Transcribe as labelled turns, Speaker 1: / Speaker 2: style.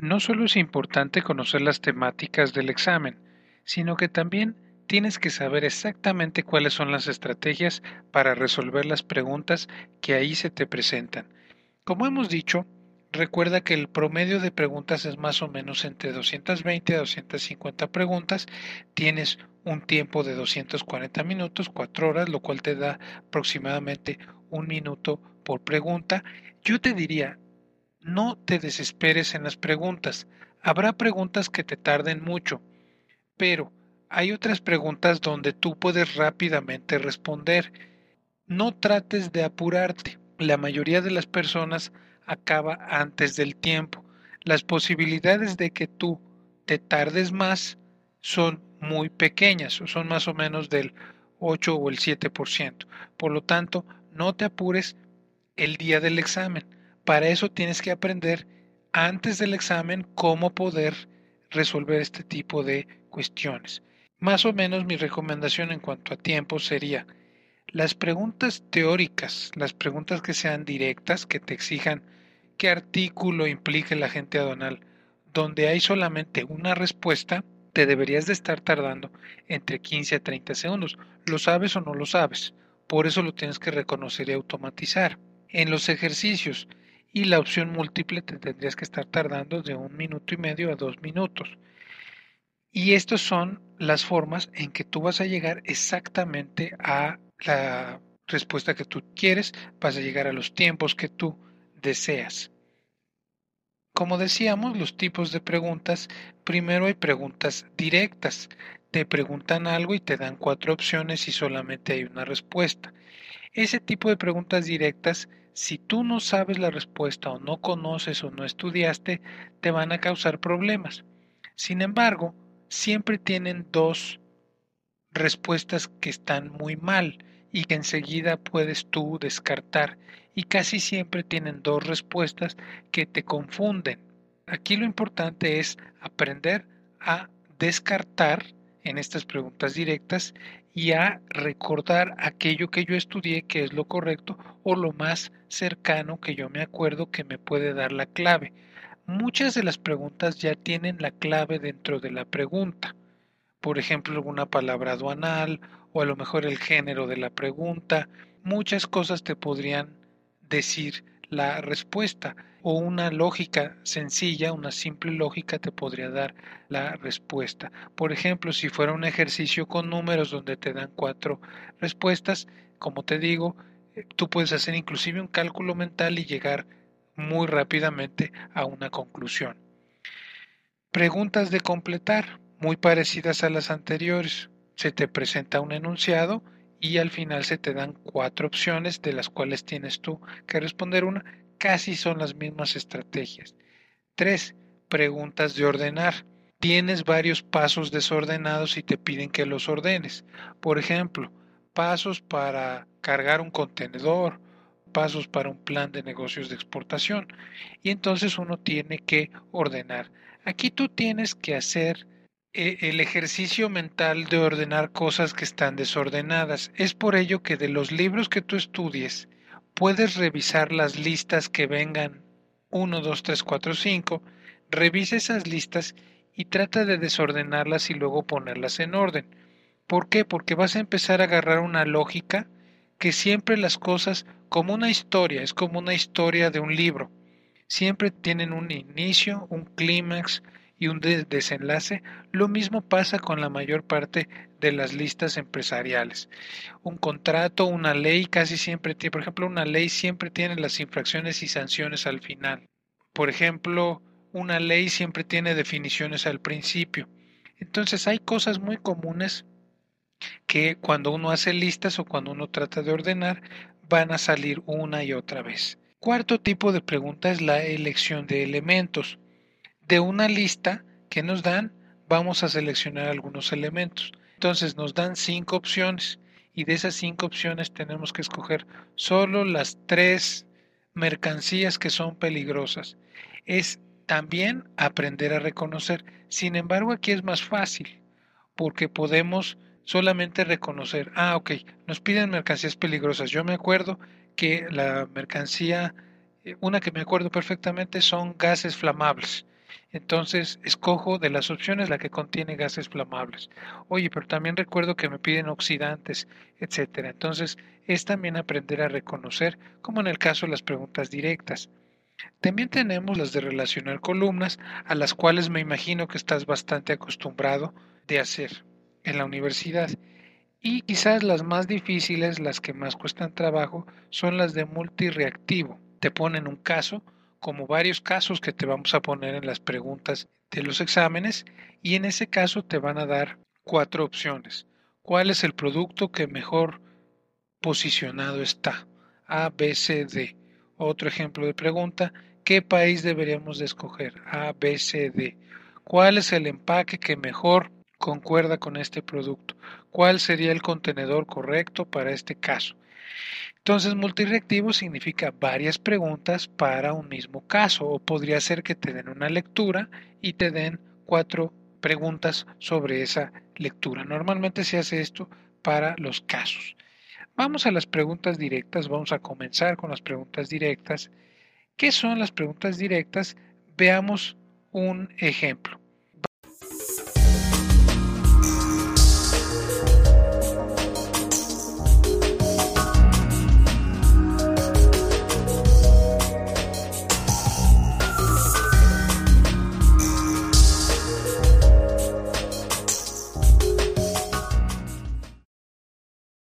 Speaker 1: No solo es importante conocer las temáticas del examen, sino que también tienes que saber exactamente cuáles son las estrategias para resolver las preguntas que ahí se te presentan. Como hemos dicho, recuerda que el promedio de preguntas es más o menos entre 220 a 250 preguntas. Tienes un tiempo de 240 minutos, 4 horas, lo cual te da aproximadamente un minuto por pregunta. Yo te diría, no te desesperes en las preguntas. Habrá preguntas que te tarden mucho, pero hay otras preguntas donde tú puedes rápidamente responder. No trates de apurarte. La mayoría de las personas acaba antes del tiempo. Las posibilidades de que tú te tardes más son muy pequeñas, son más o menos del 8 o el 7%. Por lo tanto, no te apures el día del examen. Para eso tienes que aprender antes del examen cómo poder resolver este tipo de cuestiones. Más o menos mi recomendación en cuanto a tiempo sería las preguntas teóricas, las preguntas que sean directas, que te exijan qué artículo implique el agente aduanal, donde hay solamente una respuesta, te deberías de estar tardando entre 15 a 30 segundos. ¿Lo sabes o no lo sabes? Por eso lo tienes que reconocer y automatizar. En los ejercicios y la opción múltiple te tendrías que estar tardando de 1 minuto y medio a 2 minutos. Y estas son las formas en que tú vas a llegar exactamente a la respuesta que tú quieres, vas a llegar a los tiempos que tú deseas. Como decíamos, los tipos de preguntas, primero hay preguntas directas. Te preguntan algo y te dan cuatro opciones y solamente hay una respuesta. Ese tipo de preguntas directas, si tú no sabes la respuesta o no conoces o no estudiaste, te van a causar problemas. Sin embargo, siempre tienen dos respuestas que están muy mal y que enseguida puedes tú descartar, y casi siempre tienen dos respuestas que te confunden. Aquí lo importante es aprender a descartar en estas preguntas directas y a recordar aquello que yo estudié que es lo correcto o lo más cercano que yo me acuerdo que me puede dar la clave. Muchas de las preguntas ya tienen la clave dentro de la pregunta, por ejemplo, alguna palabra aduanal o a lo mejor el género de la pregunta. Muchas cosas te podrían decir la respuesta o una lógica sencilla, una simple lógica te podría dar la respuesta. Por ejemplo, si fuera un ejercicio con números donde te dan cuatro respuestas, como te digo, tú puedes hacer inclusive un cálculo mental y llegar muy rápidamente a una conclusión. Preguntas de completar, muy parecidas a las anteriores. Se te presenta un enunciado y al final se te dan cuatro opciones de las cuales tienes tú que responder una. Casi son las mismas estrategias. 3. Preguntas de ordenar. Tienes varios pasos desordenados y te piden que los ordenes. Por ejemplo, pasos para cargar un contenedor, pasos para un plan de negocios de exportación. Y entonces uno tiene que ordenar. Aquí tú tienes que hacer el ejercicio mental de ordenar cosas que están desordenadas. Es por ello que de los libros que tú estudies, puedes revisar las listas que vengan 1, 2, 3, 4, 5. Revisa esas listas y trata de desordenarlas y luego ponerlas en orden. ¿Por qué? Porque vas a empezar a agarrar una lógica que siempre las cosas, como una historia, es como una historia de un libro. Siempre tienen un inicio, un clímax y un desenlace. Lo mismo pasa con la mayor parte de las listas empresariales. Un contrato, una ley casi siempre tiene, por ejemplo, una ley siempre tiene las infracciones y sanciones al final. Por ejemplo, una ley siempre tiene definiciones al principio. Entonces hay cosas muy comunes que cuando uno hace listas o cuando uno trata de ordenar van a salir una y otra vez. Cuarto tipo de pregunta es la elección de elementos. De una lista que nos dan, vamos a seleccionar algunos elementos. Entonces nos dan 5 opciones y de esas 5 opciones tenemos que escoger solo las 3 mercancías que son peligrosas. Es también aprender a reconocer. Sin embargo, aquí es más fácil porque podemos solamente reconocer, ok, nos piden mercancías peligrosas. Yo me acuerdo que la mercancía, una que me acuerdo perfectamente son gases flamables. Entonces, escojo de las opciones la que contiene gases flamables. Oye, pero también recuerdo que me piden oxidantes, etcétera. Entonces, es también aprender a reconocer, como en el caso de las preguntas directas. También tenemos las de relacionar columnas, a las cuales me imagino que estás bastante acostumbrado de hacer en la universidad. Y quizás las más difíciles, las que más cuestan trabajo, son las de multireactivo. Te ponen un caso, como varios casos que te vamos a poner en las preguntas de los exámenes, y en ese caso te van a dar cuatro opciones. ¿Cuál es el producto que mejor posicionado está? A, B, C, D. Otro ejemplo de pregunta, ¿qué país deberíamos de escoger? A, B, C, D. ¿Cuál es el empaque que mejor concuerda con este producto? ¿Cuál sería el contenedor correcto para este caso? Entonces, multireactivo significa varias preguntas para un mismo caso, o podría ser que te den una lectura y te den cuatro preguntas sobre esa lectura. Normalmente se hace esto para los casos. Vamos a las preguntas directas, vamos a comenzar con las preguntas directas. ¿Qué son las preguntas directas? Veamos un ejemplo.